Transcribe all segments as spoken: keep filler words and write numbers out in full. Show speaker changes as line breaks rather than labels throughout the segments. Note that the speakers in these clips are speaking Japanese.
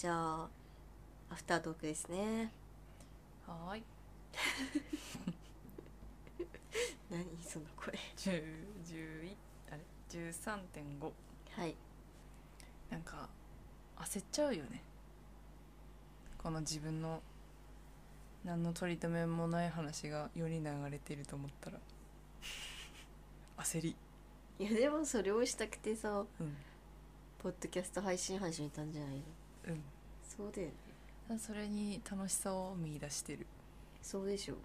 じゃあアフタートークですね。
はーい。
何その声。
じゅう、じゅういち、あれ じゅうさんてんご。
はい。
なんか焦っちゃうよね、この自分の何の取り留めもない話が世に流れていると思ったら焦り。
いやでもそれをしたくてさ、
うん
ポッドキャスト配信始めたんじゃないの。
うん
そうだよね。
ただそれに楽しさを見出してる。
そうでしょ。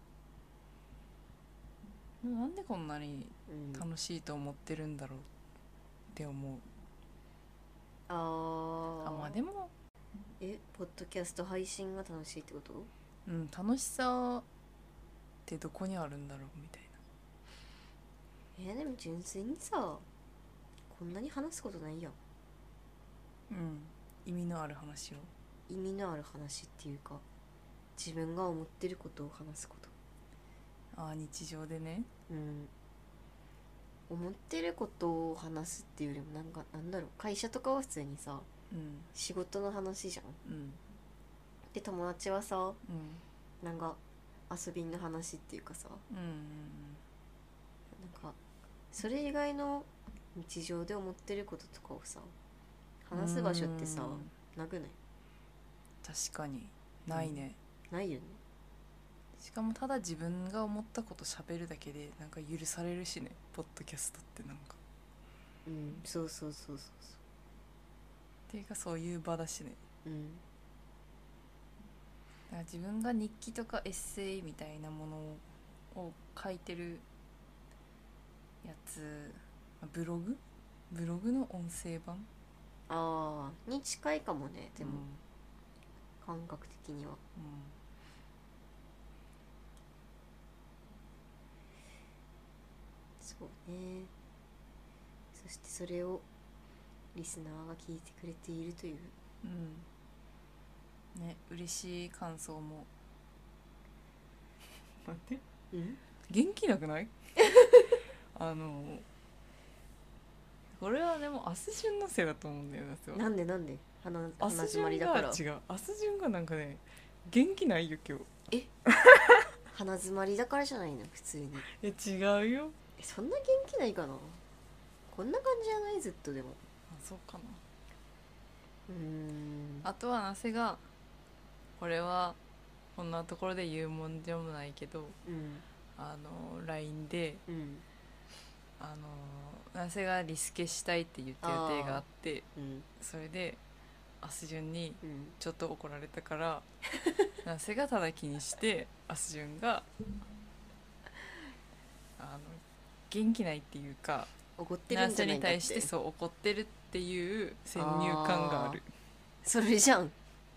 うん、なんでこんなに
うん、
楽しいと思ってるんだろうって思う。
あー
あまあでも
えポッドキャスト配信が楽しいってこと？
うん楽しさってどこにあるんだろうみたい
えー、でも純粋にさこんなに話すことないやん。
な。うん意味のある話を。
意味のある話っていうか自分が思ってることを話すこと。
ああ日常でね。
うん思ってることを話すっていうよりもなんかなんだろう、会社とかは普通にさ
うん
仕事の話じゃん。
うん
で友達はさ
うん
なんか遊びの話っていうかさ、
うん
なんかそれ以外の日常で思ってることとかをさ話す場所ってさ
うん
なくない？
確かにないね、
ないよね。
しかもただ自分が思ったこと喋るだけでなんか許されるしね、ポッドキャストってなんか
うんそうそうそうそうそ
っていうかそういう場だしね。
う。うん
だから自分が日記とかエッセイみたいなものを書いてるやつ、ブログブログの音声版
ああに近いかもね。でも、
うん
感覚的には
うん
そうね。そしてそれをリスナーが聞いてくれているという。
うんね、嬉しい感想も待って
うん
元気なくないあのこれはでもアスジュンのせいだと思うんだよな。
なんでなんで鼻
ア
鼻
スジ
詰まり
ュンが
だから。
違う、アスジュンがなんかね元気ないよ今日。
鼻詰まりだからじゃないの普通に。
え違うよ。
えそんな元気ないかな。こんな感じじゃないずっと。でも
あそうかな。
うーん
あとはなせがこれはこんなところで言うもんでもないけど、
うん
あの ライン で
うん
あのなせがリスケしたいって言った予定があって、
うん
それでアスジュンに
うん
ちょっと怒られたからなせがただ気にしてアスジュンがあの元気ないっていうか
怒ってる
なせ
んじゃないかって。
に対してそう怒ってるっていう先入観がある。
それじゃん。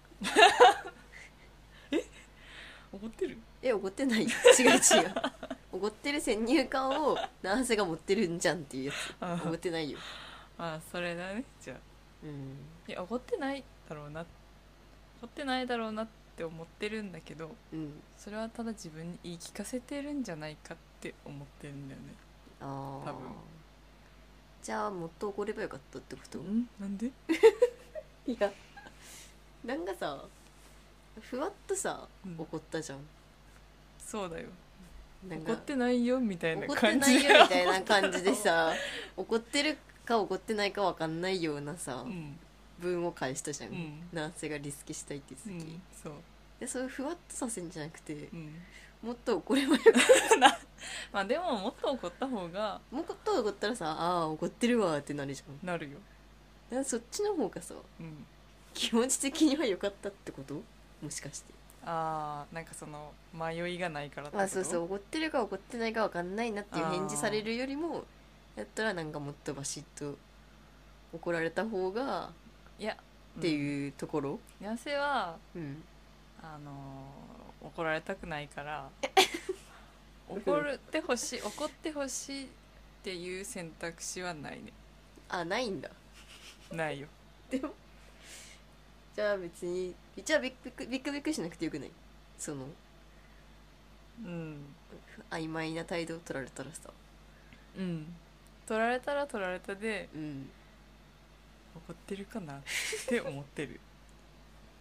怒ってる？
え怒ってない違う違う怒ってる先入観を男性が持ってるんじゃんっていうや
あ
つ。怒ってないよ。
あそれだね。じゃあ
うん
いや怒ってないだろうな怒ってないだろうなって思ってるんだけど、
うん
それはただ自分に言い聞かせてるんじゃないかって思ってるんだよね
ああ
多分。
じゃあもっと怒ればよかったってこと？
んなんで？
いやなんかさふわっとさ、
うん
怒ったじゃん。
そうだよ。
なんか
怒ってないよみたいな
怒って
感じ
ないよみたいな感じでさ怒ってるか怒ってないか分かんないようなさ、
うん
文を返したじゃん、
うん、
男性がリスケしたいって
う
言ってた時、
ん、そう、
でそれふわっとさせんじゃなくて、
うん、
もっと怒ればよかっ
まあでももっと怒った方が
たもっと怒ったらさああ怒ってるわってなるじゃん。
なるよ。
だからそっちの方がさ
うん
気持ち的には良かったってこと？もしかして。
あーなんかその迷いがないからってこと？
あそうそう怒ってるか怒ってないか分かんないなっていう返事されるよりもやったらなんかもっとバシッと怒られた方が
いや
っていうところ。
やせは
うん
あのー怒られたくないから怒ってほしい怒ってほしいっていう選択肢はないね。
あないんだ。
ないよ。
でもじゃあ別にじゃあビックビックビックしなくてよくない？その
うん
曖昧な態度を取られたらさ。
うん取られたら取られたで
うん
怒ってるかなって思ってる。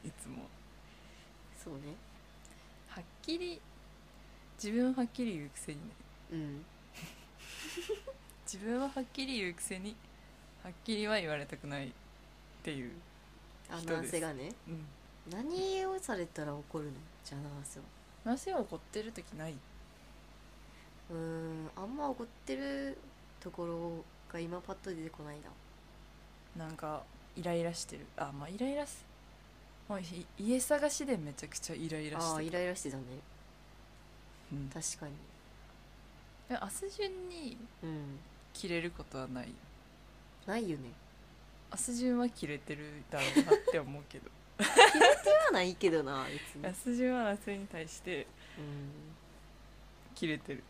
いつも
そうね。
はっきり自分ははっきり言うくせにね、
うん
自分ははっきり言うくせにはっきりは言われたくないっていう
あ、
人です
ナーセがね。
うん
何をされたら怒るのじゃあナーセは。
なぜ怒ってる時ない？
うーん、あんま怒ってるところが今パッと出てこないな。
なんかイライラしてる。あ、まあイライラすもうい家探しでめちゃくちゃイライラしてる。
ああ、イライラしてたね。
うん、
確かに。
え明日順に
うん。
切れることはない？
ないよね。
明日順は切れてるだろうなって思うけど
切れてはないけどな、別に。
明日順は夏に対して
うん。
切れてる。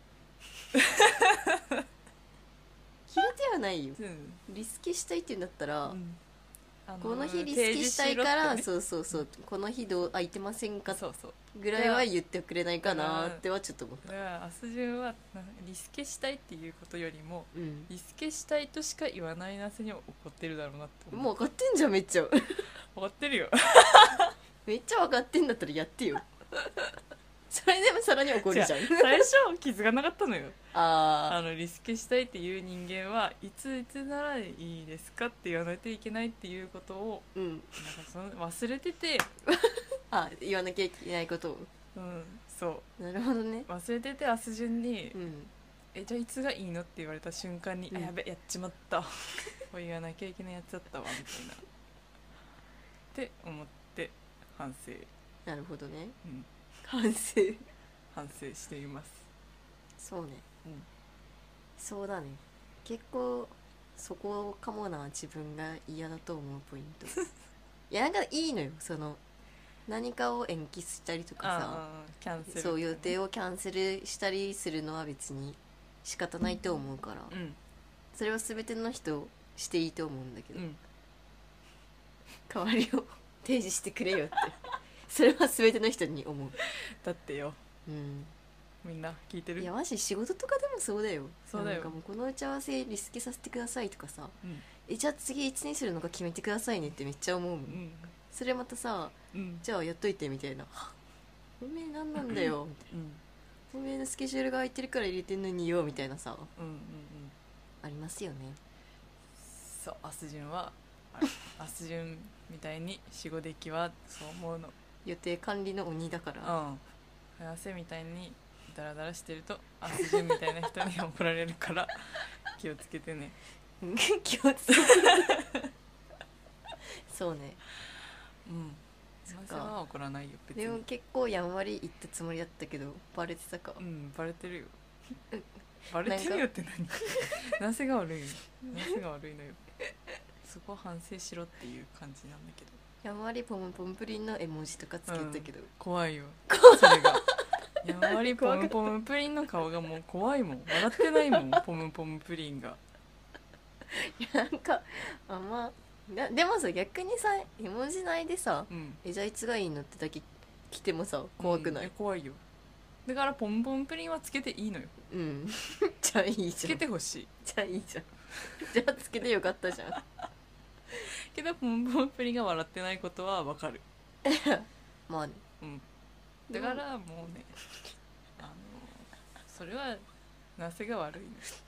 切れてはないよ。
うん、
リスケしたいって言うんだったら、
うんあの
この日リスケしたいから、
提示しろってね
そうそうそう、この日どう空いてませんか
そうそう
ぐらいは言ってくれないかなってはちょっと思った。
だから明日順はなリスケしたいっていうことよりも
うん。
リスケしたいとしか言わない夏に怒ってるだろうなって思う。
もう分かってんじゃん、めっちゃ。
怒ってるよ
めっちゃ分かってんだったらやってよ。それでもさらに怒るじゃん。
最初気づかなかったのよ。
あ
あのリスケしたいっていう人間はいついつならいいですかって言わないといけないっていうことを
ー、うん。
なんかその忘れてて、
あ、言わなきゃいけないことを。
うん、そ
なるほどね。
う忘れてて明日順に、
うん。
えじゃあいつがいいのって言われた瞬間に、
うん
あやべやっちまったこれ言わなきゃいけないやつだったわみたいなって思って反省、
なるほどね。
うん、
反省。
反省しています。
そうね。
うん
そうだね。結構そこかもな、自分が嫌だと思うポイント。いや、なんかいいのよ、その何かを延期したりとかさ、
あーキャンセル、
そう予定をキャンセルしたりするのは別に仕方ないと思うから、
うん
それは全ての人していいと思うんだけど、
うん
代わりを提示してくれよってそれは全ての人に思う。
だってよ
うん
みんな聞いてる？
いやマジ仕事とかでもそうだよ。
そうだよ
なんかもうこの打ち合わせリスケさせてくださいとかさ、
うん
えじゃあ次いつにするのか決めてくださいねってめっちゃ思うもん、
うん
それまたさ
うん
じゃあやっといてみたいな、はおめえ何なんだよみたい
うん
な、おめえのスケジュールが空いてるから入れてんのによみたいなさ、
うんうんうん
ありますよね。
そうアスジュンはあれアスジュンみたいに死後デッキはそう思うの。
予定管理の鬼だから、
うん早瀬みたいにダラダラしてるとアスジュンみたいな人に怒られるから気をつけてね。
気をつけてそうね。
うん
そっか
早瀬は怒らないよ別に。
でも結構やんわり言ったつもりだったけどバレてたか。
うんバレてるよバレてるよって何なぜが悪いのなぜが悪いのよそこは反省しろっていう感じなんだけど
やんわりポンポンプリンの絵文字とかつけたけど、
怖いよそれがやんわりポムポムプリンの顔がもう怖いもん。笑ってないもんポムポムプリンが。
いやなんかあんまなでもさ逆にさ絵文字内でさ
うん
えじゃあいつがいいのってだけ来てもさ怖くない？
うん、怖いよ。だからポンポンプリンはつけていいのよ。
うん、じゃあいいじ
つ
ゃん。
けてほしい
じゃあいいじゃん。じゃあつけてよかったじゃん。
けどポンポンプリンが笑ってないことはわかる。
まあね。
うんだからもうねあのそれはなせが悪いの。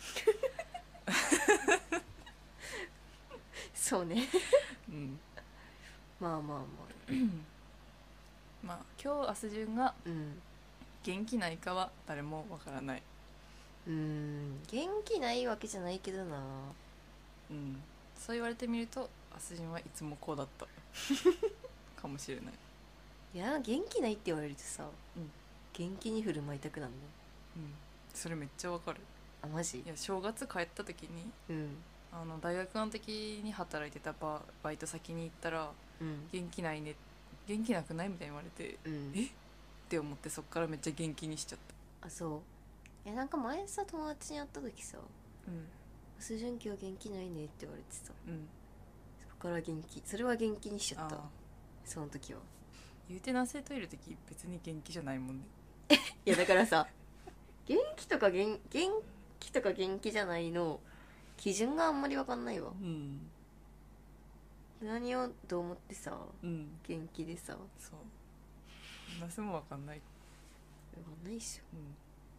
そうね。
うん
まあまあまあ。
まあ今日アスジュンが
うん。
元気ないかは誰もわからない。
うーん元気ないわけじゃないけどな。
うんそう言われてみるとアスジュンはいつもこうだったかもしれない。
いや元気ないって言われるとさ、
うん
元気に振る舞いたくなるね。
うんそれめっちゃわかる。
あマジ
い？や正月帰った時に
うん
あの大学の時に働いてたババイト先に行ったら
うん
元気ないね元気なくないみたいに言われて
うん
えって思ってそっからめっちゃ元気にしちゃった。
あそういやなんか前さ友達に会った時さ
うん
「スジュン今日元気ないね」って言われてさ
うん
そこから元気それは元気にしちゃった
あ
その時は。
言うて男性といる時別に元気じゃないもんね。
いやだからさ元気とか元元気とか元気じゃないの基準があんまり分かんないわ。
うん
何をどう思ってさ
うん
元気でさわ
そうなせもわかんない、
かんないっしょ
うん、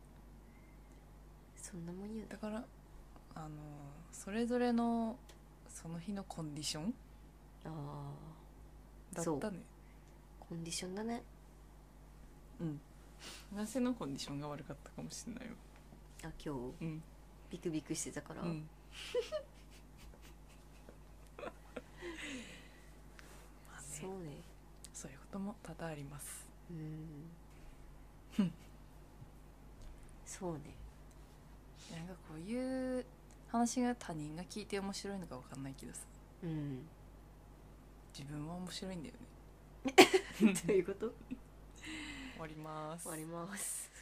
そんなもん言う
だからあのそれぞれのその日のコンディション
あ
だ
そう
ったね。
コンディションだね。
うんなせのコンディションが悪かったかもしれないわ。
あ今日
うん
ビクビクしてたから、
うんまあね、
そうね
そういうことも多々あります。
うんそうね。
なんかこういう話が他人が聞いて面白いのか分かんないけどさ、
うん
自分は面白いんだよね。
どういうこと？
終わります。
終わります。